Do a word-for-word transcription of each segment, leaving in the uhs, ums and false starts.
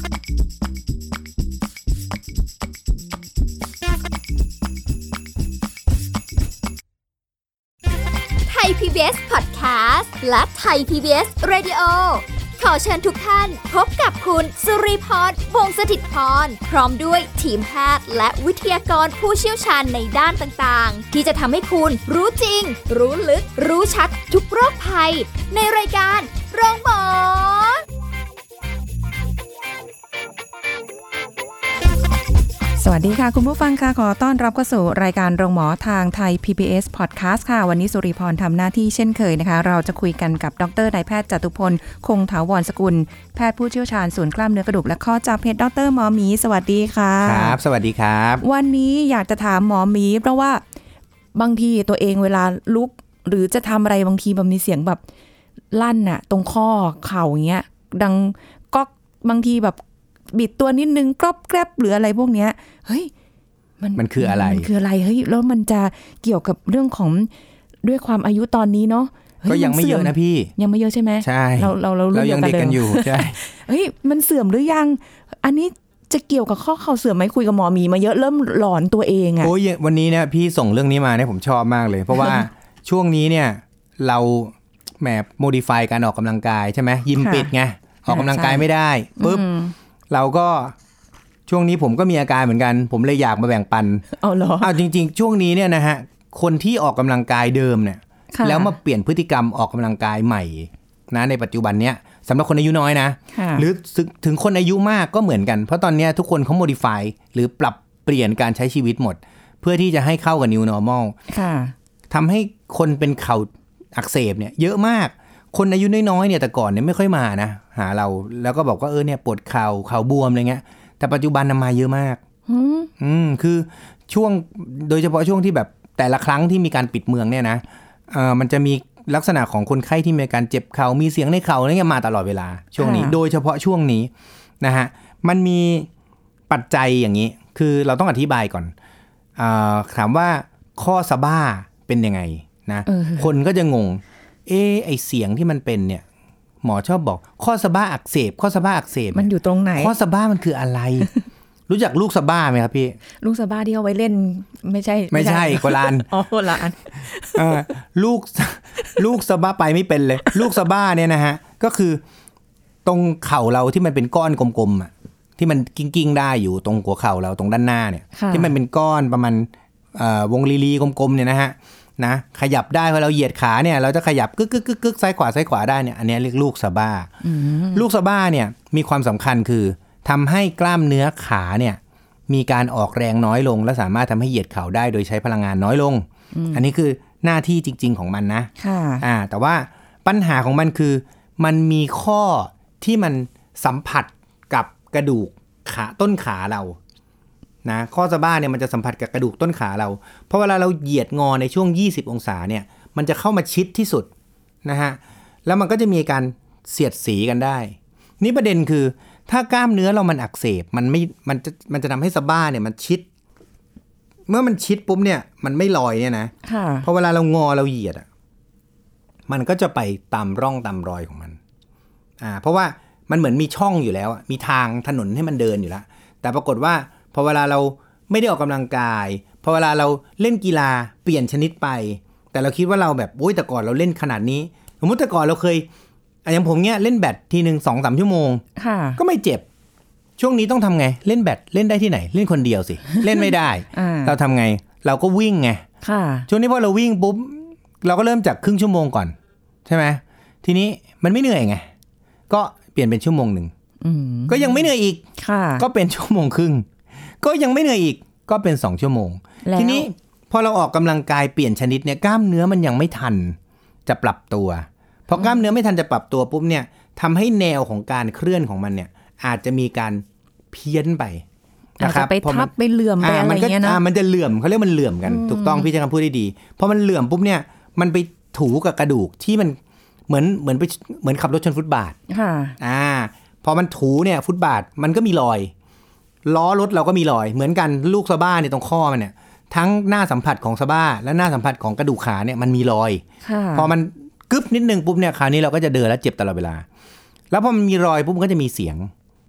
ไทย พี บี เอส Podcast และไทย พี บี เอส Radio ขอเชิญทุกท่านพบกับคุณสุริพร วงศ์สถิตพรพร้อมด้วยทีมแพทย์และวิทยากรผู้เชี่ยวชาญในด้านต่างๆที่จะทำให้คุณรู้จริงรู้ลึกรู้ชัดทุกโรคภัยในรายการโรงหมอสวัสดีค่ะคุณผู้ฟังค่ะขอต้อนรับเข้าสู่รายการโรงหมอทางไทย พี บี เอส Podcast ค่ะวันนี้สุริพรทำหน้าที่เช่นเคยนะคะเราจะคุยกันกับดรนายแพทย์จตุพลคงถาวรสกุลแพทย์ผู้เชี่ยวชาญศูนย์กล้ามเนื้อกระดูกและข้อจากเพจดรหมอหมีสวัสดีค่ะครับสวัสดีครับวันนี้อยากจะถามหมอหมีเพราะว่าบางทีตัวเองเวลาลุกหรือจะทำอะไรบางทีแบบมีเสียงแบบลั่นน่ะตรงข้อเข่าอย่างเงี้ยดังก๊อกบางทีแบบบิดตัวนิดนึงกรอบแกรบหรืออะไรพวกเนี้ยเฮ้ยมันมันคืออะไรมันคืออะไรเฮ้ยแล้วมันจะเกี่ยวกับเรื่องของด้วยความอายุตอนนี้เนาะก็ยังไม่เยอะนะพี่ยังไม่เยอะใช่ไหมใช่เราเราเราเรายังเด็กกันอยู่ใช่เฮ้ยมันเสื่อมหรือยังอันนี้จะเกี่ยวกับข้อเข่าเสื่อมไหมคุยกับหมอมีมาเยอะเริ่มหลอนตัวเองอ่ะโอ้ยวันนี้เนี่ยพี่ส่งเรื่องนี้มาเนี่ยผมชอบมากเลยเพราะว่า ช่วงนี้เนี่ยเราแหมโมดิฟายการออกกำลังกายใช่ไหมยิมปิดไงออกกำลังกายไม่ได้ปุ๊บเราก็ช่วงนี้ผมก็มีอาการเหมือนกันผมเลยอยากมาแบ่งปันเอาเหรอเอาจริงๆช่วงนี้เนี่ยนะฮะคนที่ออกกำลังกายเดิมเนี่ยแล้วมาเปลี่ยนพฤติกรรมออกกำลังกายใหม่นะในปัจจุบันเนี้ยสำหรับคนอายุน้อยนะหรือถึงคนอายุมากก็เหมือนกันเพราะตอนนี้ทุกคนเขาโมดิฟายหรือปรับเปลี่ยนการใช้ชีวิตหมดเพื่อที่จะให้เข้ากับ New Normal ทำให้คนเป็นเข่าอักเสบเนี่ยเยอะมากคนอายุน้อยๆเนี่ยแต่ก่อนเนี่ยไม่ค่อยมานะหาเราแล้วก็บอกว่าเออเนี่ยปวดเข่าเข่าบวมอะไรเงี้ยแต่ปัจจุบันมาเยอะมากอืมคือช่วงโดยเฉพาะช่วงที่แบบแต่ละครั้งที่มีการปิดเมืองเนี่ยนะเออมันจะมีลักษณะของคนไข้ที่มีการเจ็บเข่ามีเสียงในเข่าอะไรเงี้ยมาตลอดเวลาช่วงนี้โดยเฉพาะช่วงนี้นะฮะมันมีปัจจัยอย่างนี้คือเราต้องอธิบายก่อนเอ่อถามว่าข้อสะบ้าเป็นยังไงนะคนก็จะงงเอ๊ะไอเสียงที่มันเป็นเนี่ยหมอชอบบอกข้อสะบ้าอักเสบข้อสะบ้าอักเสบมันอยู่ตรงไหนข้อสะบ้ามันคืออะไร รู้จักลูกสะบ้าไหมครับพี่ลูกสะบ้าที่เอาไว้เล่นไม่ใช่ไม่ใช่โบราณอ๋อโบราณลูกลูกสะบ้าไปไม่เป็นเลยลูกสะบ้าเนี่ยนะฮะก็คือตรงเข่าเราที่มันเป็นก้อนกลมๆอ่ะที่มันกิ้งๆได้อยู่ตรงหัวเข่าเราตรงด้านหน้าเนี่ยที่มันเป็นก้อนประมาณวงรีๆกลมๆเนี่ยนะฮะนะขยับได้พอเราเหยียดขาเนี่ยเราจะขยับกึกกึกกึกกึกซ้ายขวาซ้ายขวาได้เนี่ยอันนี้เรียกลูกสะบ้าลูกสะบ้าเนี่ยมีความสำคัญคือทำให้กล้ามเนื้อขาเนี่ยมีการออกแรงน้อยลงและสามารถทำให้เหยียดเข่าได้โดยใช้พลังงานน้อยลง อ, อันนี้คือหน้าที่จริงๆของมันนะอ่าแต่ว่าปัญหาของมันคือมันมีข้อที่มันสัมผัสกับกระดูกขาต้นขาเรานะข้อสะบ้าเนี่ยมันจะสัมผัสกับกระดูกต้นขาเราเพราะเวลาเราเหยียดงอในช่วงยี่สิบองศาเนี่ยมันจะเข้ามาชิดที่สุดนะฮะแล้วมันก็จะมีการเสียดสีกันได้นี่ประเด็นคือถ้ากล้ามเนื้อเรามันอักเสบมันไม่มันจะมันจะทำให้สะบ้าเนี่ยมันชิดเมื่อมันชิดปุ๊บเนี่ยมันไม่ลอยเนี่ยนะพอเวลาเรางอเราเหยียดอ่ะมันก็จะไปตามร่องตามรอยของมันอ่าเพราะว่ามันเหมือนมีช่องอยู่แล้วมีทางถนนให้มันเดินอยู่แล้วแต่ปรากฏว่าพอเวลาเราไม่ได้ออกกำลังกายพอเวลาเราเล่นกีฬาเปลี่ยนชนิดไปแต่เราคิดว่าเราแบบโอ๊ยแต่ก่อนเราเล่นขนาดนี้สมมติแต่ก่อนเราเคยอย่างผมเนี้ยเล่นแบดทีนึง สองถึงสาม ชั่วโมงก็ไม่เจ็บช่วงนี้ต้องทำไงเล่นแบดเล่นได้ที่ไหนเล่นคนเดียวสิเล่นไม่ได้ เราทำไงเราก็วิ่งไงช่วงนี้พอเราวิ่งปุ๊บเราก็เริ่มจากครึ่งชั่วโมงก่อนใช่ไหมทีนี้มันไม่เหนื่อยไงก็เปลี่ยนเป็นชั่วโมงหนึ่งก็ยังไม่เหนื่อยอีกก็เป็นชั่วโมงครึ่งก็ยังไม่เหนื่อยอีกก็เป็นสองชั่วโมงทีนี้พอเราออกกำลังกายเปลี่ยนชนิดเนี่ยกล้ามเนื้อมันยังไม่ทันจะปรับตัวพอกล้ามเนื้อไม่ทันจะปรับตัวปุ๊บเนี่ยทำให้แนวของการเคลื่อนของมันเนี่ยอาจจะมีการเพี้ยนไปนะครับไปทับไปเหลื่อมไปอะไรเงี้ยนะมันจะเหลื่อมเขาเรียกมันเหลื่อมกันถูกต้องพี่จะคำพูดได้ดีพอมันเหลื่อมปุ๊บเนี่ยมันไปถูกับกระดูกที่มันเหมือนเหมือนไปเหมือนขับรถชนฟุตบาทอ่าพอมันถูเนี่ยฟุตบาทมันก็มีรอยล้อรถเราก็มีรอยเหมือนกันลูกสะบ้าเนี่ยตรงข้อมันเนี่ยทั้งหน้าสัมผัสของสะบ้าและหน้าสัมผัสของกระดูกขาเนี่ยมันมีรอยพอมันกึ๊บนิดนึงปุ๊บเนี่ยคราวนี้เราก็จะเดินแล้วเจ็บตลอดเวลาแล้วพอมันมีรอยปุ๊บมันก็จะมีเสียง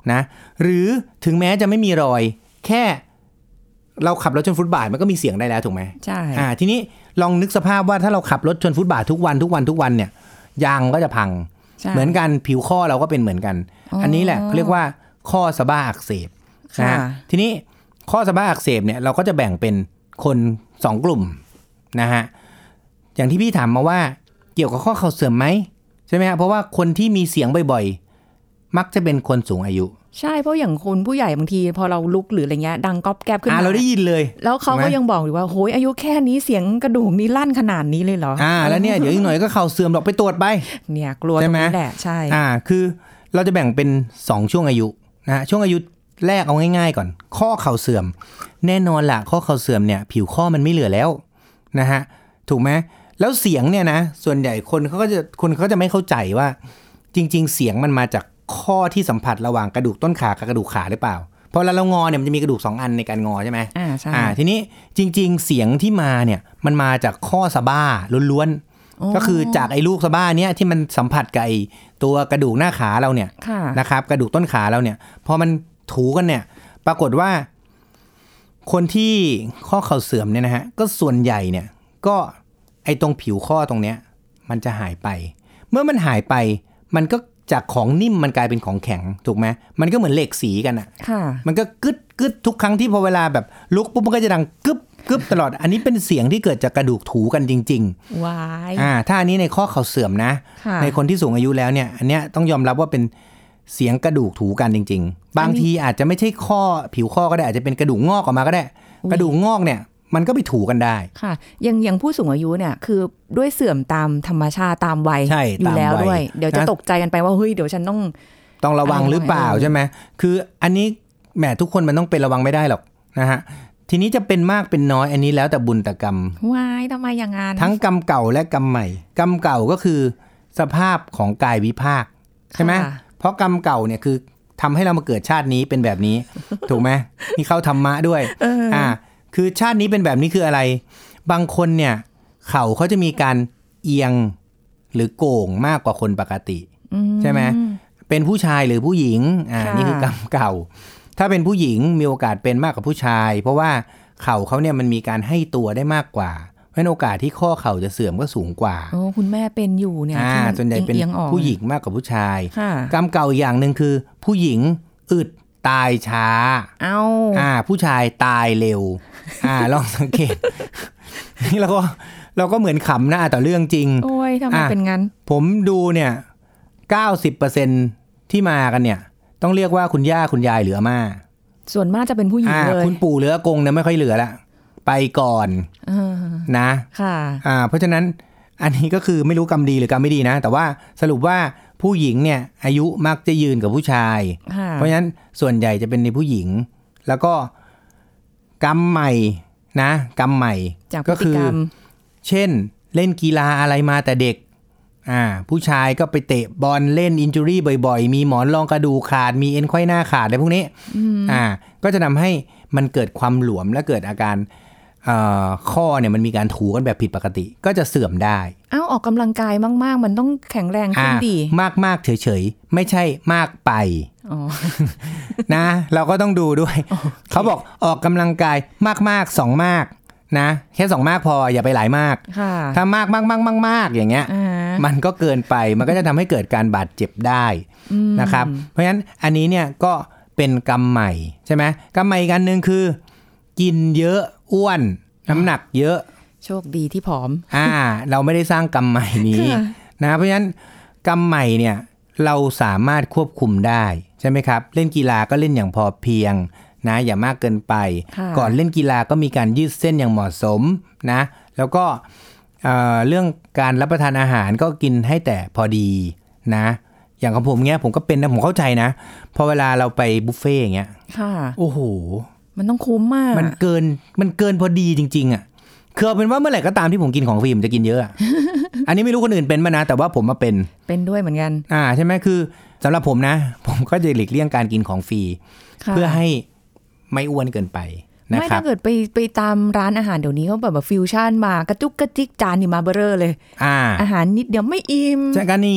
นะหรือถึงแม้จะไม่มีรอยแค่เราขับรถชนฟุตบาทมันก็มีเสียงได้แล้วถูกไหมใช่อ่าทีนี้ลองนึกสภาพว่าถ้าเราขับรถชนฟุตบาททุกวันทุกวันทุกวันเนี่ยยางก็จะพังเหมือนกันผิวข้อเราก็เป็นเหมือนกัน อ, อันนี้แหละเขาเรียกว่าข้อสะบ้าอักเสบนะทีนี้ข้อสะบ้าอักเสบเนี่ยเราก็จะแบ่งเป็นคนสองกลุ่มนะฮะอย่างที่พี่ถามมาว่าเกี่ยวกับข้อเข่าเสื่อมไหมใช่ไหมฮะเพราะว่าคนที่มีเสียงบ่อยๆมักจะเป็นคนสูงอายุใช่เพราะอย่างคนผู้ใหญ่บางทีพอเราลุกหรืออะไรเงี้ยดังก๊อบแก๊บขึ้นมาเราได้ยินเลยแล้วเขาก็ยังบอกอยู่ว่าโหยอายุแค่นี้เสียงกระดูกนี้ลั่นขนาดนี้เลยเหรออ่าแล้วเนี่ยเดี๋ยวอีกหน่อยก็เข่าเสื่อมหรอกไปตรวจไปเนี่ยกลัวตรงนี้แหละใช่อ่าคือเราจะแบ่งเป็นสองช่วงอายุนะช่วงอายุแรกเอาง่ายๆก่อนข้อเข่าเสื่อมแน่นอนล่ะข้อเข่าเสื่อมเนี่ยผิวข้อมันไม่เหลือแล้วนะฮะถูกไหมแล้วเสียงเนี่ยนะส่วนใหญ่คนเขาก็จะคนเขาจะไม่เข้าใจว่าจริงๆเสียงมันมาจากข้อที่สัมผัสระหว่างกระดูกต้นขากับกระดูกขาหรือเปล่าเพราะเวลาเรางอเนี่ยมันจะมีกระดูกสองอันในการงอใช่ไหมอ่าใช่อ่าทีนี้จริงๆเสียงที่มาเนี่ยมันมาจากข้อสะบ้าล้วนๆก็คือจากไอ้ลูกสะบ้าเนี่ยที่มันสัมผัสกับไอ้ตัวกระดูกหน้าขาเราเนี่ยนะครับกระดูกต้นขาเราเนี่ยพอมันถูกันเนี่ยปรากฏว่าคนที่ข้อเข่าเสื่อมเนี่ยนะฮะก็ส่วนใหญ่เนี่ยก็ไอ้ตรงผิวข้อตรงเนี้ยมันจะหายไปเมื่อมันหายไปมันก็จากของนิ่มมันกลายเป็นของแข็งถูกไหมมันก็เหมือนเหล็กสีกันอ่ะมันก็กึดกึดทุกครั้งที่พอเวลาแบบลุกปุ๊บมันก็จะดังกึบกึบตลอดอันนี้เป็นเสียงที่เกิดจากกระดูกถูกันจริงๆว้ายอ่าถ้าอันนี้ในข้อเข่าเสื่อมนะในคนที่สูงอายุแล้วเนี่ยอันเนี้ยต้องยอมรับว่าเป็นเสียงกระดูกถูกันจริงๆบางทีอาจจะไม่ใช่ข้อผิวข้อก็ได้อาจจะเป็นกระดูกงอกออกมาก็ได้กระดูกงอกเนี่ยมันก็ไปถูกันได้ค่ะอย่างอย่างผู้สูงอายุเนี่ยคือด้วยเสื่อมตามธรรมชาติตามวัยอยู่แล้วด้วยเดี๋ยวจะตกใจกันไปว่าเฮ้ยเดี๋ยวฉันต้องต้องระวังหรือเปล่าใช่ไหมคืออันนี้แหมทุกคนมันต้องเป็นระวังไม่ได้หรอกนะฮะทีนี้จะเป็นมากเป็นน้อยอันนี้แล้วแต่บุญแต่กรรมวายทำไมอย่างงั้นทั้งกรรมเก่าและกรรมใหม่กรรมเก่าก็คือสภาพของกายวิภาคใช่ไหมเพราะกรรมเก่าเนี่ยคือทำให้เรามาเกิดชาตินี้เป็นแบบนี้ถูกไหมมีเข้าธรรมะด้วยอ่าคือชาตินี้เป็นแบบนี้คืออะไรบางคนเนี่ยเข่าเขาจะมีการเอียงหรือโก่งมากกว่าคนปกติใช่ไหมเป็นผู้ชายหรือผู้หญิงอ่านี่คือกรรมเก่าถ้าเป็นผู้หญิงมีโอกาสเป็นมากกว่าผู้ชายเพราะว่าเข่าเขาเนี่ยมันมีการให้ตัวได้มากกว่าเพราะฉะนั้นโอกาสที่ข้อเข่าจะเสื่อมก็สูงกว่าโอ้คุณแม่เป็นอยู่เนี่ยอ่าส่วนใหญ่เป็นผู้หญิงมากกว่าผู้ชายกรรมเก่าอย่างนึงคือผู้หญิงอึดตายช้าเอ้าอ่าผู้ชายตายเร็วอ่าลองสังเกตนี่เราก็เราก็เหมือนขำนะแต่เรื่องจริงโอ้ยทำไมเป็นงั้นผมดูเนี่ย เก้าสิบเปอร์เซ็นต์ ที่มากันเนี่ยต้องเรียกว่าคุณย่าคุณยายหรืออาม่าส่วนมากจะเป็นผู้หญิงเลยคุณปู่หรืออากงเนี่ยไม่ค่อยเหลือละไปก่อนนะค่ะอ่าเพราะฉะนั้นอันนี้ก็คือไม่รู้กรรมดีหรือกรรมไม่ดีนะแต่ว่าสรุปว่าผู้หญิงเนี่ยอายุมักจะยืนกับผู้ชายเพราะฉะนั้นส่วนใหญ่จะเป็นในผู้หญิงแล้วก็กรรมใหม่นะกรรมใหม่ก็คือเช่นเล่นกีฬาอะไรมาแต่เด็กอ่าผู้ชายก็ไปเตะบอลเล่นอินจูรี่บ่อยๆมีหมอนรองกระดูกขาดมีเอ็นไขว้หน้าขาดอะไรพวกนี้อ่าก็จะทำให้มันเกิดความหลวมและเกิดอาการข้อเนี่ยมันมีการถูกันแบบผิดปกติก็จะเสื่อมได้อ้าวออกกำลังกายมากๆมันต้องแข็งแรงขึ้นดีมากๆเฉยๆไม่ใช่มากไปนะเราก็ต้องดูด้วย okay. เขาบอกออกกำลังกายมากๆสองมากนะแค่สองมากพออย่าไปหลายมากถ้ามากมากมากมากมากอย่างเงี้ยมันก็เกินไปมันก็จะทำให้เกิดการบาดเจ็บได้นะครับเพราะฉะนั้นอันนี้เนี่ยก็เป็นกรรมใหม่ใช่ไหมกรรมใหม่อีกอันนึงคือกินเยอะอ้วนน้ำหนักเยอะโชคดีที่ผอมอ่าเราไม่ได้สร้างกรรมใหม่นี้นะเพราะฉะนั้นกรรมใหม่เนี่ยเราสามารถควบคุมได้ใช่ไหมครับเล่นกีฬาก็เล่นอย่างพอเพียงนะอย่ามากเกินไปก่อนเล่นกีฬาก็มีการยืดเส้นอย่างเหมาะสมนะแล้วก็เอ่อเรื่องการรับประทานอาหารก็กินให้แต่พอดีนะอย่างของผมเนี้ยผมก็เป็นนะผมเข้าใจนะพอเวลาเราไปบุฟเฟ่อย่างเงี้ยโอ้โหมันต้องคุ้มมากมันเกินมันเกินพอดีจริงๆอ่ะคือเป็นว่าเมื่อไหร่ก็ตามที่ผมกินของฟรีผมจะกินเยอะ อันนี้ไม่รู้คนอื่นเป็นป่ะนะแต่ว่าผมมาเป็นเป็นด้วยเหมือนกันอ่าใช่ไหมคือสำหรับผมนะผมก็จะหลีกเลี่ยงการกินของฟรีเพื่อให้ไม่อ้วนเกินไปนะครับไม่ถ้าเกิดไปไปตามร้านอาหารเดี๋ยวนี้เขาแบบแบบฟิวชั่นมากระจุกกระจิกจานนี่มาเบ้อเร่อเลยอ่าอาหารนิดเดียวไม่อิ่มใช่ก็นี่ไง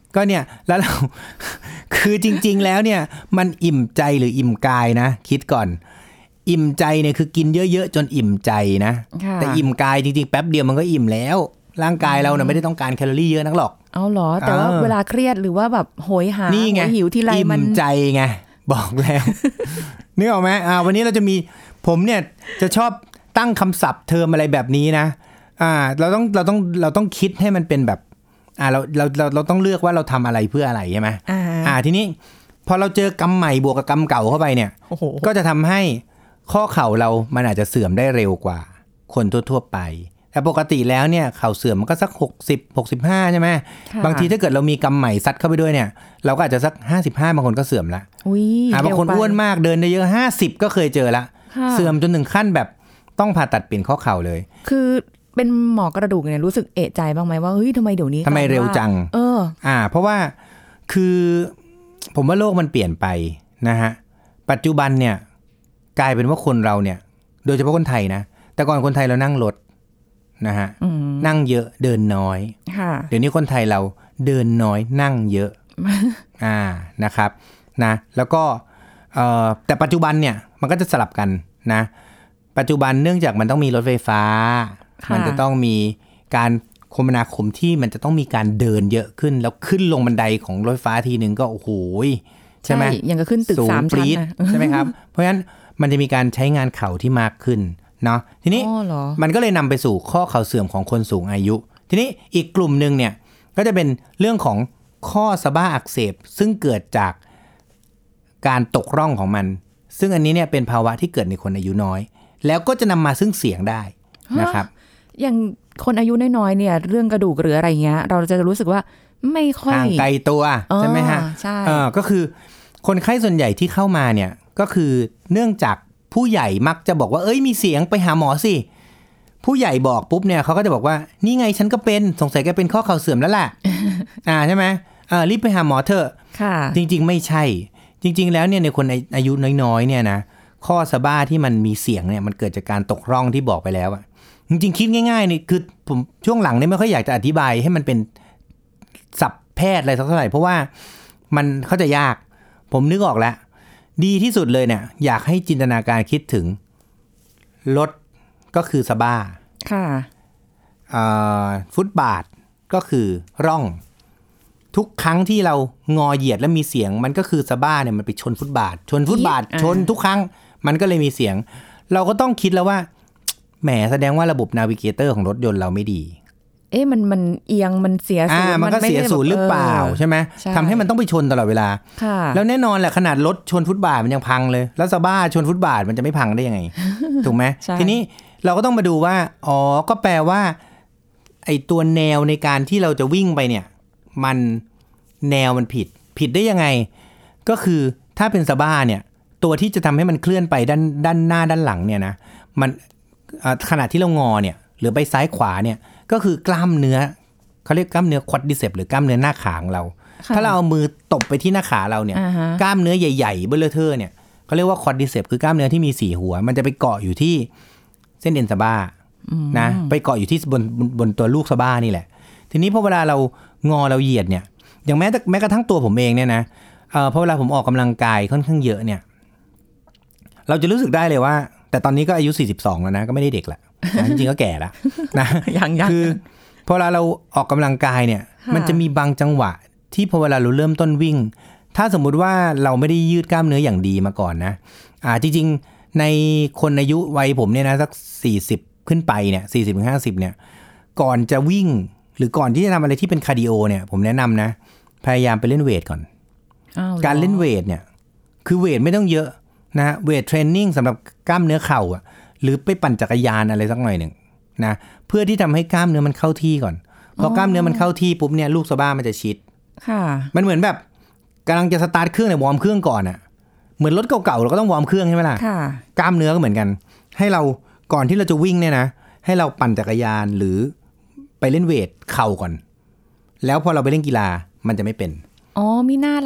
ก็เนี่ยแล้วเรา คือจริงๆแล้วเนี่ยมันอิ่มใจหรืออิ่มกายนะคิดก่อนอิ่มใจเนี่ยคือกินเยอะๆจนอิ่มใจนะแต่อิ่มกายจริงๆแป๊บเดียวมันก็อิ่มแล้วร่างกายเราเนี่ยไม่ได้ต้องการแคลอรี่เยอะนักหรอกเอาเหรอแต่ว่าเวลาเครียดหรือว่าแบบโหยหาโหยหิวทีไรมันอิ่มใจไงบอกแล้วนึกออกไหมอ่าวันนี้เราจะมีผมเนี่ยจะชอบตั้งคำศัพท์เทอมอะไรแบบนี้นะอ่าเราต้องเราต้องเราต้องคิดให้มันเป็นแบบอ่าเราเราเราเราต้องเลือกว่าเราทำอะไรเพื่ออะไรใช่ไหมอ่าอ่าทีนี้พอเราเจอกรรมใหม่บวกกับกรรมเก่าเข้าไปเนี่ยก็จะทำให้ข้อเข่าเรามันอาจจะเสื่อมได้เร็วกว่าคนทั่วๆไปแต่ปกติแล้วเนี่ยเข่าเสื่อมมันก็สักหกสิบ หกสิบห้าใช่ไหมบางทีถ้าเกิดเรามีกรรมใหม่ซัดเข้าไปด้วยเนี่ยเราก็อาจจะสักห้าสิบห้าบางคนก็เสื่อมละอ่าบางคนอ้วนมากเดินได้เยอะห้าสิบก็เคยเจอละเสื่อมจนถึงขั้นแบบต้องผ่าตัดเปลี่ยนข้อเข่าเลยคือเป็นหมอกระดูกเนี่ยรู้สึกเอะใจบ้างไหมว่าเฮ้ยทำไมเดี๋ยวนี้ทำไมเร็วจังเอออ่าเพราะว่าคือผมว่าโลกมันเปลี่ยนไปนะฮะปัจจุบันเนี่ยกลายเป็นว่าคนเราเนี่ยโดยเฉพาะคนไทยนะแต่ก่อนคนไทยเรานั่งรถนะฮะนั่งเยอะเดินน้อยเดี๋ยวนี้คนไทยเราเดินน้อยนั่งเยอะ อ่านะครับนะแล้วก็เอ่อแต่ปัจจุบันเนี่ยมันก็จะสลับกันนะปัจจุบันเนื่องจากมันต้องมีรถไฟฟ้ามันจะต้องมีการคมนาคมที่มันจะต้องมีการเดินเยอะขึ้นแล้วขึ้นลงบันไดของรถไฟฟ้าทีนึงก็โอ้โหใช่ไหมยังก็ขึ้นตึกสามชั้นนะใช่ไหมครับเพราะฉะนั้นมันจะมีการใช้งานเข่าที่มากขึ้นเนาะทีนี้มันก็เลยนำไปสู่ข้อเข่าเสื่อมของคนสูงอายุทีนี้อีกกลุ่มนึงเนี่ยก็จะเป็นเรื่องของข้อสะบ้าอักเสบซึ่งเกิดจากการตกร่องของมันซึ่งอันนี้เนี่ยเป็นภาวะที่เกิดในคนอายุน้อยแล้วก็จะนำมาซึ่งเสียงได้นะครับอย่างคนอายุน้อยๆเนี่ยเรื่องกระดูกหรืออะไรเงี้ยเราจะรู้สึกว่าไม่ค่อยห่างไกลตัวใช่ไหมฮะใช่เออก็คือคนไข้ส่วนใหญ่ที่เข้ามาเนี่ยก็คือเนื่องจากผู้ใหญ่มักจะบอกว่าเอ้ยมีเสียงไปหาหมอสิผู้ใหญ่บอกปุ๊บเนี่ยเขาก็จะบอกว่านี่ไงฉันก็เป็นสงสัยแกเป็นข้อเข่าเสื่อมแล้วแหละ อ่าใช่ไหมอ่ารีบไปหาหมอเถอะจริงๆไม่ใช่จริงๆแล้วเนี่ยในคนอายุน้อยๆเนี่ยนะข้อสะบ้าที่มันมีเสียงเนี่ยมันเกิดจากการตกร่องที่บอกไปแล้วอะจริงๆคิดง่ายๆนี่คือผมช่วงหลังเนี่ยไม่ค่อยอยากจะอธิบายให้มันเป็นศัพท์แพทย์อะไรสักเท่าไหร่เพราะว่ามันเข้าใจยากผมนึกออกแล้วดีที่สุดเลยเนี่ยอยากให้จินตนาการคิดถึงรถก็คือสะบ้าค่ะฟุตบาทก็คือร่องทุกครั้งที่เรางอเหยียดแล้วมีเสียงมันก็คือสะบ้าเนี่ยมันไปชนฟุตบาทชนฟุตบาทชนทุกครั้งมันก็เลยมีเสียงเราก็ต้องคิดแล้วว่าแหมแสดงว่าระบบนาวิเกเตอร์ของรถยนต์เราไม่ดีเอ๊ะมันมันเอียงมันเสียศูนย์มันก็เสียศูนย์หรือเปล่าใช่ไหมทำให้มันต้องไปชนตลอดเวลาแล้วแน่นอนแหละขนาดรถชนฟุตบาทมันยังพังเลยแล้วสะบ้าชนฟุตบาทมันจะไม่พังได้ยังไง ถูกไหมทีนี้เราก็ต้องมาดูว่าอ๋อก็แปลว่าไอตัวแนวในการที่เราจะวิ่งไปเนี่ยมันแนวมันผิดผิดได้ยังไงก็คือถ้าเป็นสะบ้าเนี่ยตัวที่จะทำให้มันเคลื่อนไปด้านด้านหน้าด้านหลังเนี่ยนะมันขณะที่เรางอเนี่ยหรือไปซ้ายขวาเนี่ยก็คือกล้ามเนื้อเขาเรียกกล้ามเนื้อควอดริเซปหรือกล้ามเนื้อหน้าขาของเราถ้าเราเอามือตบไปที่หน้าขาเราเนี่ย uh-huh. กล้ามเนื้อใหญ่ๆเบลอเทอร์เนี่ยเขาเรียกว่าควอดริเซปคือกล้ามเนื้อที่มีสี่หัวมันจะไปเกาะอยู่ที่เส้นเอ็นสะบ้า uh-huh. นะไปเกาะอยู่ที่บนบนบนตัวลูกสะบ้านี่แหละทีนี้พอเวลาเรางอเราเหยียดเนี่ยอย่างแม้แม้กระทั่งตัวผมเองเนี่ยนะเอ่อพอเวลาผมออกกำลังกายค่อนข้างเยอะเนี่ยเราจะรู้สึกได้เลยว่าแต่ตอนนี้ก็อายุสี่สิบสองแล้วนะก็ไม่ได้เด็กละจริงๆก็แก่แล้วนะคือพอเวลาเราออกกำลังกายเนี่ยมันจะมีบางจังหวะที่พอเวลาเราเริ่มต้นวิ่งถ้าสมมุติว่าเราไม่ได้ยืดกล้ามเนื้ออย่างดีมาก่อนนะอ่าจริงๆในคนอายุวัยผมเนี่ยนะสักสี่สิบขึ้นไปเนี่ยสี่สิบถึงห้าสิบเนี่ยก่อนจะวิ่งหรือก่อนที่จะทำอะไรที่เป็นคาร์ดิโอเนี่ยผมแนะนำนะพยายามไปเล่นเวทก่อนการเล่นเวทเนี่ยคือเวทไม่ต้องเยอะนะเวทเทรนนิ่งสำหรับกล้ามเนื้อเข่าอ่ะหรือไปปั่นจักรยานอะไรสักหน่อยหนึ่งนะเพื่อที่ทำให้กล้ามเนื้อมันเข้าที่ก่อนพอกล้ามเนื้อมันเข้าที่ปุ๊บเนี่ยลูกสะบ้ามันจะชิดค่ะมันเหมือนแบบกำลังจะสตาร์ทเครื่องเนี่ยวอร์มเครื่องก่อนอ่ะเหมือนรถเก่าๆเราก็ต้องวอร์มเครื่องใช่ไหมล่ะกล้ามเนื้อก็เหมือนกันให้เราก่อนที่เราจะวิ่งเนี่ยนะให้เราปั่นจักรยานหรือไปเล่นเวทเข่าก่อนแล้วพอเราไปเล่นกีฬามันจะไม่เป็นอ๋อมีหน้าล่ะ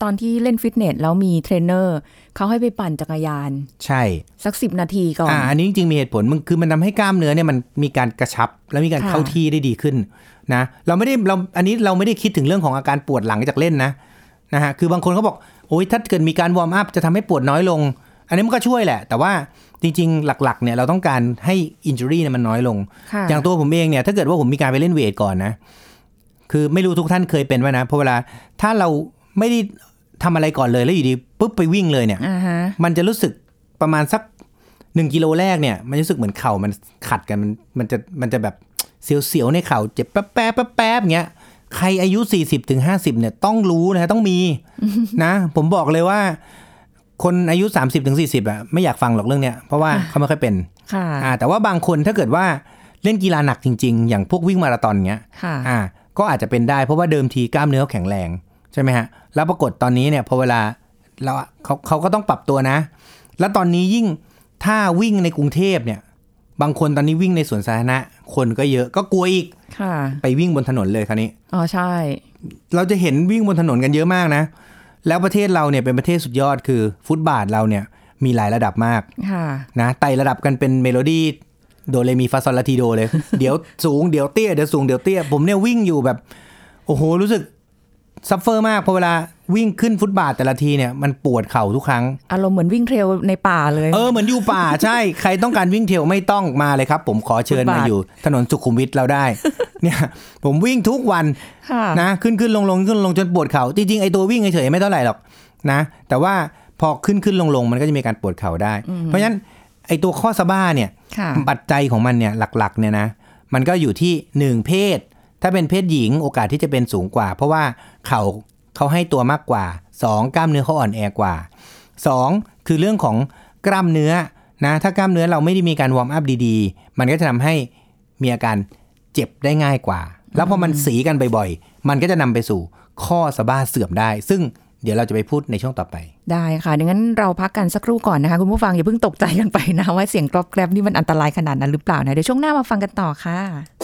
ตอนที่เล่นฟิตเนสแล้วมีเทรนเนอร์เขาให้ไปปั่นจักรยานใช่สักสิบนาทีก่อนอ่าอันนี้จริงๆมีเหตุผลมันคือมันทำให้กล้ามเนื้อเนี่ยมันมีการกระชับและมีการเข้าที่ได้ดีขึ้นนะเราไม่ได้เราอันนี้เราไม่ได้คิดถึงเรื่องของอาการปวดหลังจากเล่นนะนะฮะคือบางคนเขาบอกโอ๊ยถ้าเกิดมีการวอร์มอัพจะทำให้ปวดน้อยลงอันนี้มันก็ช่วยแหละแต่ว่าจริงๆหลักๆเนี่ยเราต้องการให้อินจูรี่เนี่ยมันน้อยลงอย่างตัวผมเองเนี่ยถ้าเกิดว่าผมมีการไปเล่นเวทก่อนนะคือไม่รู้ทุกท่านเคยเป็นไหมนะเพราะเวลาถ้าเราไม่ได้ทำอะไรก่อนเลยแล้วอยู่ดีปุ๊บไปวิ่งเลยเนี่ย uh-huh. มันจะรู้สึกประมาณสักหนึ่งกิโลแรกเนี่ยมันรู้สึกเหมือนเข่ามันขัดกันมันมันจะมันจะแบบเสียวๆในเข่าเจ็บแป๊บแป๊บแป๊บแป๊บอย่างเงี้ยใครอายุ สี่สิบถึงห้าสิบ เนี่ยต้องรู้นะต้องมี นะผมบอกเลยว่าคนอายุ สามสิบถึงสี่สิบ อ่ะไม่อยากฟังหรอกเรื่องเนี้ยเพราะว่าเขาไม่ค่อยเป็นค่ะอ่าแต่ว่าบางคนถ้าเกิดว่าเล่นกีฬาหนักจริงๆอย่างพวกวิ่งมาราธอนเงี้ยอ่าก็อาจจะเป็นได้เพราะว่าเดิมทีกล้ามเนื้อแข็งแรงใช่ไหมฮะแล้วปรากฏตอนนี้เนี่ยพอเวลาเราเขาเขาก็ต้องปรับตัวนะแล้วตอนนี้ยิ่งถ้าวิ่งในกรุงเทพเนี่ยบางคนตอนนี้วิ่งในสวนสาธารณะคนก็เยอะก็กลัวอีกไปวิ่งบนถนนเลยคราวนี้อ๋อใช่เราจะเห็นวิ่งบนถนนกันเยอะมากนะแล้วประเทศเราเนี่ยเป็นประเทศสุดยอดคือฟุตบาทเราเนี่ยมีหลายระดับมากนะไต่ระดับกันเป็นเมโลดี้โดเรมีฟาซอลลาทีโดเลย เดี๋ยวสูงเดี๋ยวเตี้ยเดี๋ยวสูงเดี๋ยวเตี้ยผมเนี่ยวิ่งอยู่แบบโอ้โหรู้สึกซัฟเฟอร์มากพอเวลาวิ่งขึ้นฟุตบาทแต่ละทีเนี่ยมันปวดเข่าทุกครั้งอารมณ์เหมือนวิ่งเทรลในป่าเลยเออเหมือนอยู่ป่าใช่ใครต้องการวิ่งเทรลไม่ต้องมาเลยครับผมขอเชิญมาอยู่ถนนสุขุมวิทเราได้เนี่ยผมวิ่งทุกวันนะขึ้นขึ้นลงลงขึ้นลงจนปวดเข่าจริงๆไอ้ตัววิ่งเฉยๆไม่เท่าไหร่หรอกนะแต่ว่าพอขึ้นขึ้นลงลงมันก็จะมีการปวดเข่าได้เพราะฉะนั้นไอ้ตัวข้อสะบ้าเนี่ยปัจจัยของมันเนี่ยหลักๆเนี่ยนะมันก็อยู่ที่หนึ่งเพศถ้าเป็นเพศหญิงโอกาสที่จะเป็นสูงกว่าเพราะว่าเข่าเขาให้ตัวมากกว่าสองกล้ามเนื้อเขาอ่อนแอกว่าสองคือเรื่องของกล้ามเนื้อนะถ้ากล้ามเนื้อเราไม่ได้มีการวอร์มอัพดีๆมันก็จะทำให้มีอาการเจ็บได้ง่ายกว่าแล้วพอมันสีกันบ่อยๆมันก็จะนำไปสู่ข้อสะบ้าเสื่อมได้ซึ่งเดี๋ยวเราจะไปพูดในช่วงต่อไปได้ค่ะดังนั้นเราพักกันสักครู่ก่อนนะคะคุณผู้ฟังอย่าเพิ่งตกใจกันไปนะว่าเสียงกรอบแกรบนี่มันอันตรายขนาดนั้นหรือเปล่านะเดี๋ยวช่วงหน้ามาฟังกันต่อค่ะ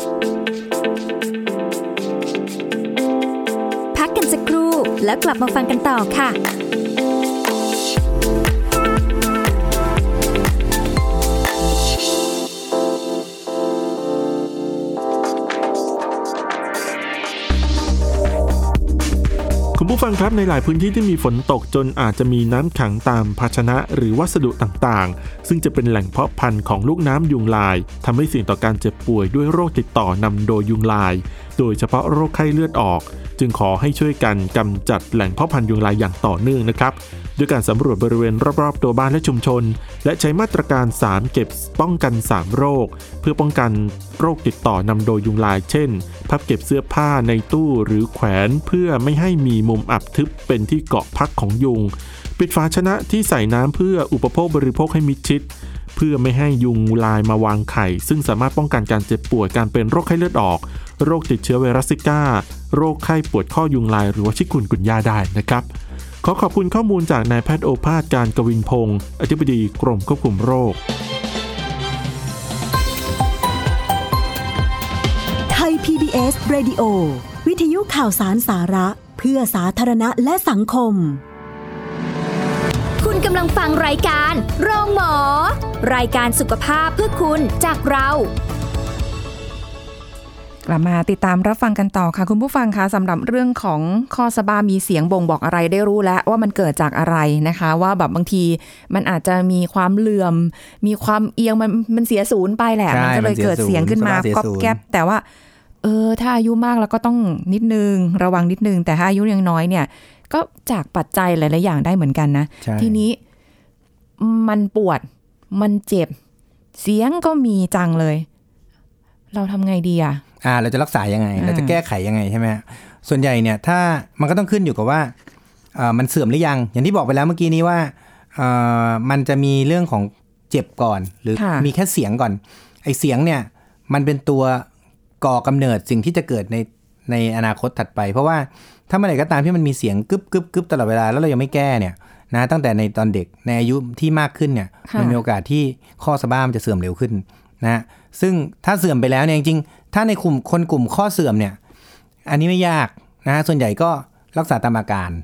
พักกันสักครู่แล้วกลับมาฟังกันต่อค่ะคุณผู้ฟังครับในหลายพื้นที่ที่มีฝนตกจนอาจจะมีน้ำขังตามภาชนะหรือวัสดุต่างๆซึ่งจะเป็นแหล่งเพาะพันธุ์ของลูกน้ำยุงลายทำให้เสี่ยงต่อการเจ็บป่วยด้วยโรคติดต่อนำโดยยุงลายโดยเฉพาะโรคไข้เลือดออกจึงขอให้ช่วยกันกำจัดแหล่งเพาะพันธุ์ยุงลายอย่างต่อเนื่องนะครับด้วยการสำรวจบริเวณรอบๆตัวบ้านและชุมชนและใช้มาตรการสามเก็บป้องกันสามโรคเพื่อป้องกันโรคติดต่อนำโดยยุงลายเช่นพับเก็บเสื้อผ้าในตู้หรือแขวนเพื่อไม่ให้มีมุมอับทึบเป็นที่เกาะพักของยุงปิดฝาชนะที่ใส่น้ำเพื่ออุปโภคบริโภคให้มิดชิดเพื่อไม่ให้ยุงลายมาวางไข่ซึ่งสามารถป้องกันการเจ็บป่วยการเป็นโรคไข้เลือดออกโรคติดเชื้อไวรัสซิก้าโรคไข้ปวดข้อยุงลายหรือว่าชิคุนกุนย่าได้นะครับขอขอบคุณข้อมูลจากนายแพทย์โอภาสการกวินพงศ์อธิบดีกรมควบคุมโรคไทย พี บี เอส Radio วิทยุข่าวสารสาระเพื่อสาธารณะและสังคมคุณกำลังฟังรายการโรงหมอรายการสุขภาพเพื่อคุณจากเรากลับมาติดตามรับฟังกันต่อค่ะคุณผู้ฟังคะสำหรับเรื่องของข้อสะบ้ามีเสียงบ่งบอกอะไรได้รู้แล้วว่ามันเกิดจากอะไรนะคะว่าแบบบางทีมันอาจจะมีความเหลื่อมมีความเอียงมันมันเสียศูนย์ไปแหละมันก็เลยเกิดเสียงขึ้นมาก๊อบแก๊บแต่ว่าเออถ้าอายุมากแล้วก็ต้องนิดนึงระวังนิดนึงแต่ถ้าอายุยังน้อยเนี่ยก็จากปัจจัยหลายๆอย่างได้เหมือนกันนะทีนี้มันปวดมันเจ็บเสียงก็มีจังเลยเราทำไงดีอ่ะอ่าเราจะรักษายังไงเราจะแก้ไขยังไงใช่ไหมส่วนใหญ่เนี่ยถ้ามันก็ต้องขึ้นอยู่กับว่าอ่ามันเสื่อมหรือยังอย่างที่บอกไปแล้วเมื่อกี้นี้ว่าอ่ามันจะมีเรื่องของเจ็บก่อนหรือมีแค่เสียงก่อนไอ้เสียงเนี่ยมันเป็นตัวก่อกำเนิดสิ่งที่จะเกิดในในอนาคตถัดไปเพราะว่าถ้าเมื่อไหร่ก็ตามที่มันมีเสียงกึบกึบกึบตลอดเวลาแล้วเรายังไม่แก้เนี่ยนะตั้งแต่ในตอนเด็กในอายุที่มากขึ้นเนี่ยมันมีโอกาสที่ข้อสะบ้ามันจะเสื่อมเร็วขึ้นนะซึ่งถ้าเสื่อมไปแล้วเนี่ยจริงๆถ้าในกลุ่มคนกลุ่มข้อเสื่อมเนี่ยอันนี้ไม่ยากนะส่วนใหญ่ก็รักษาตามอาการ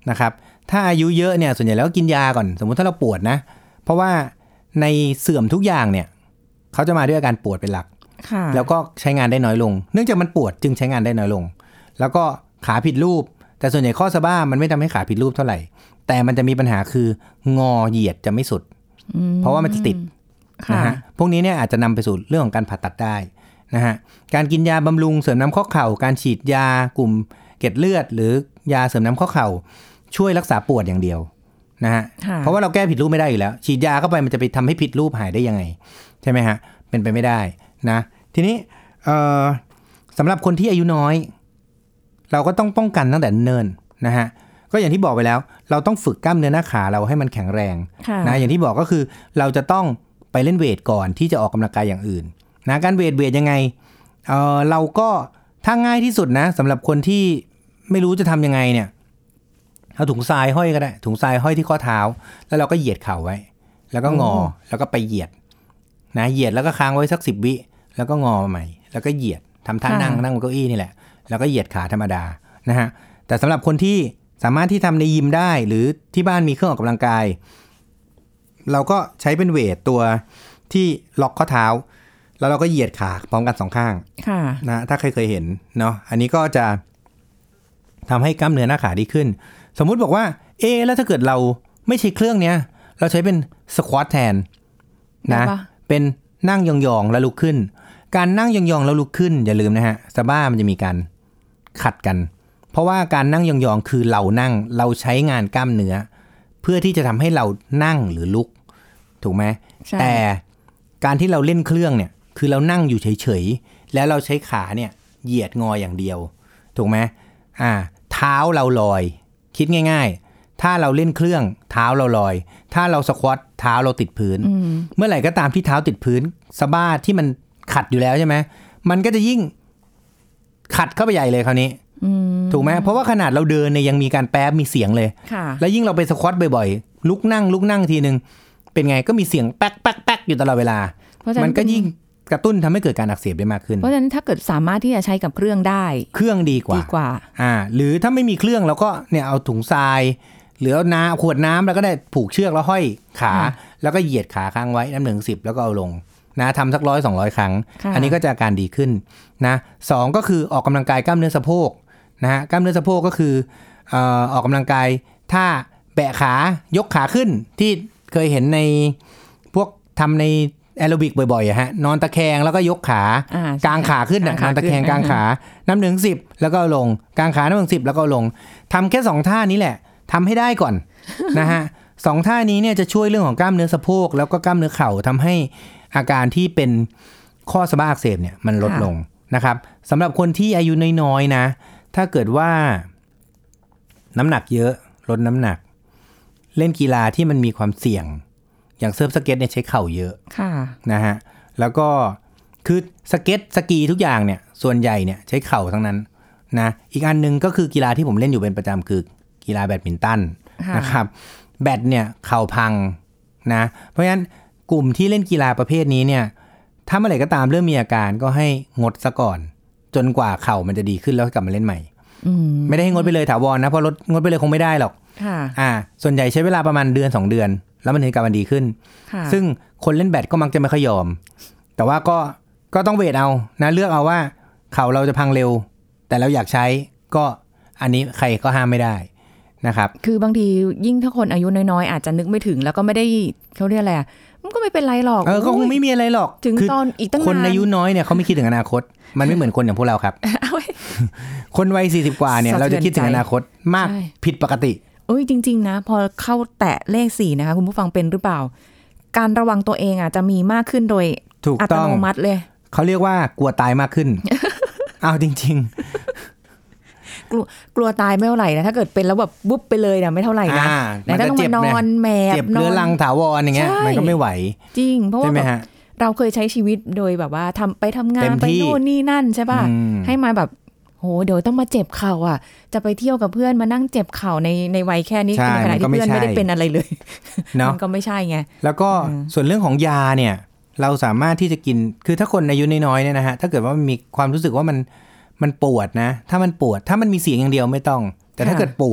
นะครับถ้าอายุเยอะเนี่ยส่วนใหญ่แล้วก็กินยาก่อนสมมุติถ้าเราปวดนะเพราะว่าในเสื่อมทุกอย่างเนี่ยเขาจะมาด้วยอาการปวดเป็นหลักแล้วก็ใช้งานได้น้อยลงเนื่องจากมันปวดจึงใช้งานได้น้อยลงแล้วก็ขาผิดรูปแต่ส่วนใหญ่ข้อสะบ้ามันไม่ทำให้ขาผิดรูปเท่าไหร่แต่มันจะมีปัญหาคืองอเหยียดจะไม่สุดเพราะว่ามันจะติดนะฮะพวกนี้เนี่ยอาจจะนำไปสู่เรื่องของการผ่าตัดได้นะฮะการกินยาบำรุงเสริมน้ำข้อเข่าการฉีดยากลุ่มเกล็ดเลือดหรือยาเสริมน้ำข้อเข่าช่วยรักษาปวดอย่างเดียวนะฮะเพราะว่าเราแก้ผิดรูปไม่ได้อยู่แล้วฉีดยาเข้าไปมันจะไปทำให้ผิดรูปหายได้ยังไงใช่ไหมฮะเป็นไปไม่ได้นะทีนี้สำหรับคนที่อายุน้อยเราก็ต้องป้องกันตั้งแต่เนิ่นนะฮะก็อย่างที่บอกไปแล้วเราต้องฝึกกล้ามเนื้อหน้าขาเราให้มันแข็งแรงนะอย่างที่บอกก็คือเราจะต้องไปเล่นเวทก่อนที่จะออกกำลังกายอย่างอื่นนะการเวทเวทยังไง เออเราก็ถ้าง่ายที่สุดนะสำหรับคนที่ไม่รู้จะทำยังไงเนี่ยเอาถุงทรายห้อยก็ได้ถุงทรายห้อยที่ข้อเท้าแล้วเราก็เหยียดเข่าไว้แล้วก็งอแล้วก็ไปเหยียดนะเหยียดแล้วก็ค้างไว้สักสิบวิแล้วก็งอใหม่แล้วก็เหยียดทำท่านั่งนั่งบนเก้าอี้นี่แหละแล้วก็เหยียดขาธรรมดานะฮะแต่สำหรับคนที่สามารถที่ทำในยิมได้หรือที่บ้านมีเครื่องออกกำลังกายเราก็ใช้เป็นเวทตัวที่ล็อกข้อเท้าแล้วเราก็เหยียดขาพร้อมกันสองข้างนะถ้าใครเคยเห็นเนาะอันนี้ก็จะทำให้กล้ามเนื้อหน้าขาดีขึ้นสมมุติบอกว่าเอแล้วถ้าเกิดเราไม่ใช้เครื่องเนี้ยเราใช้เป็นสควอตแทนนะเป็นนั่งยองๆแล้วลุกขึ้นการนั่งยองๆแล้วลุกขึ้นอย่าลืมนะฮะสะบ้ามันจะมีการขัดกันเพราะว่าการนั่งยองๆคือเรานั่งเราใช้งานกล้ามเนื้อเพื่อที่จะทำให้เรานั่งหรือลุกถูกไหมแต่การที่เราเล่นเครื่องเนี่ยคือเรานั่งอยู่เฉยๆแล้วเราใช้ขาเนี่ยเหยียดงออย่างเดียวถูกไหมอ่าเท้าเราลอยคิดง่ายๆถ้าเราเล่นเครื่องเท้าเราลอยถ้าเราสควอตเท้าเราติดพื้นเมื่อไหร่ก็ตามที่เท้าติดพื้นสะบ้าที่มันขัดอยู่แล้วใช่ไหมมันก็จะยิ่งขัดเข้าไปใหญ่เลยคราวนี้ถูกไหมเพราะว่าขนาดเราเดินเนี่ยยังมีการแป๊บมีเสียงเลยแล้วยิ่งเราไปสควอตบ่อยๆลุกนั่งลุกนั่งทีนึงเป็นไงก็มีเสียงแป๊กแป๊กแป๊กอยู่ตลอดเวลามันก็ยิ่งกระตุ้นทำให้เกิดการอักเสบได้มากขึ้นเพราะฉะนั้นถ้าเกิดสามารถที่จะใช้กับเครื่องได้เครื่องดีกว่าดีกว่าอ่าหรือถ้าไม่มีเครื่องเราก็เนี่ยเอาถุงทรายหรือเอาน้ำขวดน้ำแล้วก็ได้ผูกเชือกแล้วห้อยขาแล้วก็เหยียดขาค้างไว้น้ำหนึ่งสิบแล้วก็เอาลงนะทำสักร้อยสองร้อยครั้งอันนี้ก็จะอาการดีขึ้นนะสองก็คือออกกำลังกายกล้ามเนื้อสะโพกนะฮะกล้ามเนื้อสะโพกก็คือเอ่อออกกำลังกายถ้าแบะขายกขาขึ้นที่เคยเห็นในพวกทำในแอโรบิกบ่อยๆอะฮะนอนตะแคงแล้วก็ยกขากางขาขึ้นนะนอนตะแคงกางขาน้ำหนึ่งสิบแล้วก็ลงกางขาน้ำหนึ่งสิบแล้วก็ลงทำแค่สองท่านี้แหละทำให้ได้ก่อน นะฮะสองท่านี้เนี่ยจะช่วยเรื่องของกล้ามเนื้อสะโพกแล้วก็กล้ามเนื้อเข่าทำให้อาการที่เป็นข้อสะบ้าอักเสบเนี่ยมันลดลงนะครับสำหรับคนที่อายุน้อยๆนะถ้าเกิดว่าน้ำหนักเยอะลดน้ำหนักเล่นกีฬาที่มันมีความเสี่ยงอย่างเซิร์ฟสเก็ตเนี่ยใช้เข่าเยอะนะฮะแล้วก็คือสเก็ตสกีทุกอย่างเนี่ยส่วนใหญ่เนี่ยใช้เข่าทั้งนั้นนะอีกอันนึงก็คือกีฬาที่ผมเล่นอยู่เป็นประจำคือกีฬาแบดมินตันนะครับแบดเนี่ยเข่าพังนะเพราะฉะนั้นกลุ่มที่เล่นกีฬาประเภทนี้เนี่ยถ้าเมื่อไหร่ก็ตามเริ่มมีอาการก็ให้งดซะก่อนจนกว่าเข่ามันจะดีขึ้นแล้วกลับมาเล่นใหม่ไม่ได้ให้งดไปเลยถาวรนะเพราะลดงดไปเลยคงไม่ได้หรอกอ่าส่วนใหญ่ใช้เวลาประมาณเดือนสองเดือนแล้วมันถึงกลับมาดีขึ้นซึ่งคนเล่นแบดก็มักจะไม่ค่อยยอมแต่ว่าก็ก็ต้องเวทเอานะเลือกเอาว่าเข่าเราจะพังเร็วแต่เราอยากใช้ก็อันนี้ใครก็ห้ามไม่ได้นะครับคือบางทียิ่งถ้าคนอายุน้อยๆอาจจะนึกไม่ถึงแล้วก็ไม่ได้เขาเรียกอะไรมันก็ไม่เป็นไรหรอกเออก็คงไม่มีอะไรหรอกถึงตอนอีกตั้งนานคนอายุน้อยเนี่ยเขาไม่คิดถึงอนาคตมันไม่เหมือนคนอย่างพวกเราครับ คนวัยสี่สิบกว่าเนี่ยเราจะคิดถึงอนาคตมากผิดปกติเอ้ยจริงๆนะพอเข้าแตะเลขสี่นะคะคุณผู้ฟังเป็นหรือเปล่าการระวังตัวเองอ่ะจะมีมากขึ้นโดยอัตโนมัติเลยเขาเรียกว่ากลัวตายมากขึ้น เอาจริงๆกลัวกลัวตายไม่เท่าไหร่นะถ้าเกิดเป็นแล้วแบบบุ๊บไปเลยนะไม่เท่าไหร่นะแต่ถ้าต้องมานอนแมบเจ็บเรื้อรังถาวรอย่างเงี้ยมันก็ไม่ไหวจริงเพราะว่าเราเคยใช้ชีวิตโดยแบบว่าทำไปทำงานไปโน่นนี่นั่นใช่ป่ะให้มาแบบโหเดี๋ยวต้องมาเจ็บเข่าอ่ะจะไปเที่ยวกับเพื่อนมานั่งเจ็บเข่าในในวัยแค่นี้ในขณะที่เพื่อนไม่ได้เป็นอะไรเลยมันก็ไม่ใช่ไงแล้วก็ส่วนเรื่องของยาเนี่ยเราสามารถที่จะกินคือถ้าคนอายุน้อยๆเนี่ยนะฮะถ้าเกิดว่ามันมีความรู้สึกว่ามันมันปวดนะถ้ามันปวดถ้ามันมีเสียงอย่างเดียวไม่ต้องแต่ถ้าเกิดปวด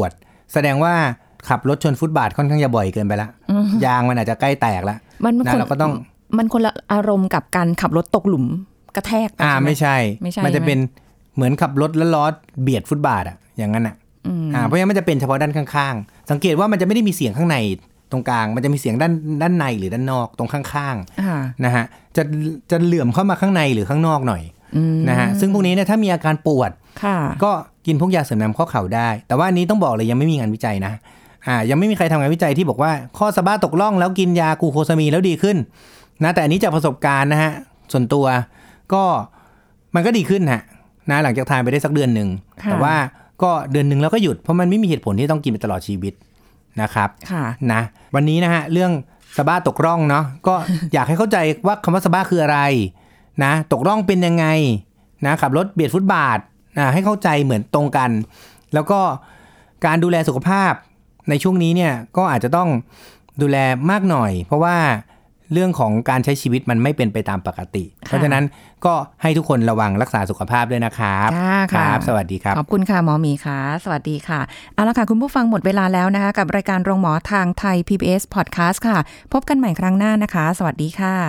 แสดงว่าขับรถชนฟุตบาทค่อนข้างจะบ่อยเกินไปละยางมันอาจจะใกล้แตกแล้วนะเราก็ต้องมันคนละอารมณ์กับการขับรถตกหลุมกระแทกอ่าไม่ใช่มันจะเป็นเหมือนขับรถแล้วล้อเบียดฟุตบาทอ่ะอย่างนั้นอ่ะอ่าเพราะฉะนั้นมันจะเป็นเฉพาะด้านข้างๆสังเกตว่ามันจะไม่ได้มีเสียงข้างในตรงกลางมันจะมีเสียงด้านด้านในหรือด้านนอกตรงข้างๆนะฮะจะจะเหลื่อมเข้ามาข้างในหรือข้างนอกหน่อยนะฮะซึ่งพวกนี้เนี่ยถ้ามีอาการปวดก็กินพวกยาเสริมน้ำข้อเข่าได้แต่ว่าอันนี้ต้องบอกเลยยังไม่มีงานวิจัยนะอ่ายังไม่มีใครทำงานวิจัยที่บอกว่าข้อสะบ้าตกร่องแล้วกินยากูโคซามีนแล้วดีขึ้นนะแต่อันนี้จากประสบการณ์นะฮะส่วนตัวก็มันก็ดีขึ้นฮะนะหลังจากทานไปได้สักเดือนนึงแต่ว่าก็เดือนนึงแล้วก็หยุดเพราะมันไม่มีเหตุผลที่ต้องกินไปตลอดชีวิตนะครับนะวันนี้นะฮะเรื่องสะบ้าตกร่องเนาะก็ อยากให้เข้าใจว่าคำว่าสะบ้าคืออะไรนะตกร่องเป็นยังไงนะขับรถเบียดฟุตบาทนะให้เข้าใจเหมือนตรงกันแล้วก็การดูแลสุขภาพในช่วงนี้เนี่ยก็อาจจะต้องดูแลมากหน่อยเพราะว่าเรื่องของการใช้ชีวิตมันไม่เป็นไปตามปกติเพราะฉะนั้นก็ให้ทุกคนระวังรักษาสุขภาพด้วยนะครับครับสวัสดีครับขอบคุณค่ะหมอหมีค่ะสวัสดีค่ะเอาละค่ะคุณผู้ฟังหมดเวลาแล้วนะคะกับรายการโรงหมอทางไทย พี บี เอส Podcast ค่ะพบกันใหม่ครั้งหน้านะคะสวัสดีค่ะ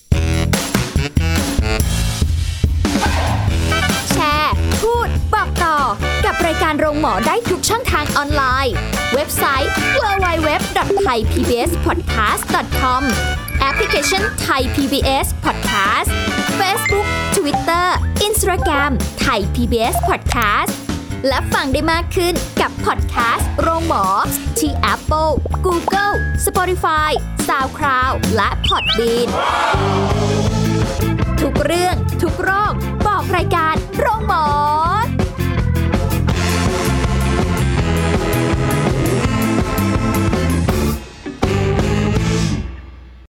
แชร์พูดบอกต่อกับรายการโรงหมอได้ทุกช่องทางออนไลน์เว็บไซต์ ดับเบิลยู ดับเบิลยู ดับเบิลยู ดอท ไทยพีบีเอสพอดแคสต์ ดอท คอม แอปพลิเคชัน Thai พี บี เอส Podcast Facebook Twitter Instagram Thai พี บี เอส Podcast และฟังได้มากขึ้นกับพอดแคสต์โรงหมอที่ Apple, Google, Spotify, SoundCloud และ Podbean ทุกเรื่องทุกโรคบอกรายการโร